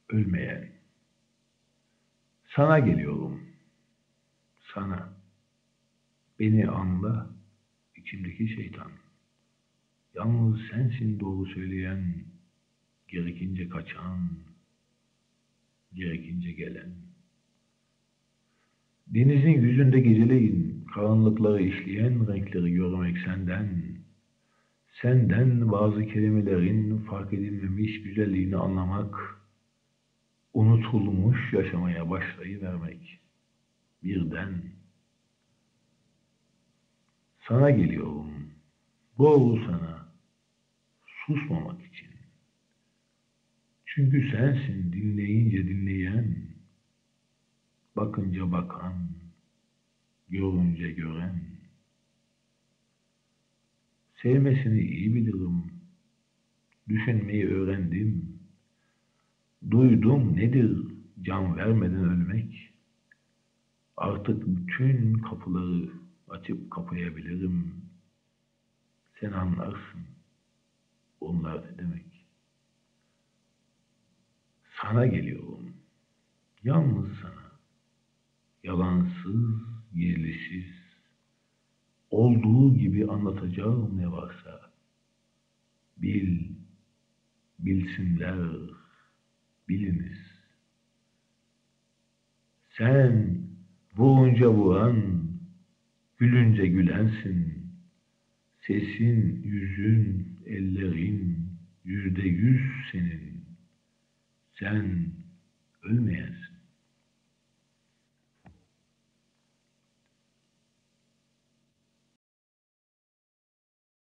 ölmeyen. Sana geliyorum, sana. Beni anla, içimdeki şeytan. Yalnız sensin doğru söyleyen, gerekince kaçan, gerekince gelen. Denizin yüzünde geceleyin, karanlıkları işleyen renkleri görmek senden. Senden bazı kelimelerin fark edilmemiş güzelliğini anlamak, unutulmuş yaşamaya başlayıvermek. Birden sana geliyorum, doğru sana, susmamak için. Çünkü sensin dinleyince dinleyen, bakınca bakan, görünce gören. Sevmesini iyi bilirim, düşünmeyi öğrendim. Duydum nedir can vermeden ölmek. Artık bütün kapıları açıp kapayabilirim. Sen anlarsın, onlar ne demek. Sana geliyorum, yalnız sana. Yalansız, gizlisiz, olduğu gibi anlatacağım ne varsa. Bil, bilsinler, biliniz. Sen vurunca vuran, gülünce gülensin. Sesin, yüzün, ellerin %100 senin. Sen ölmeyensin.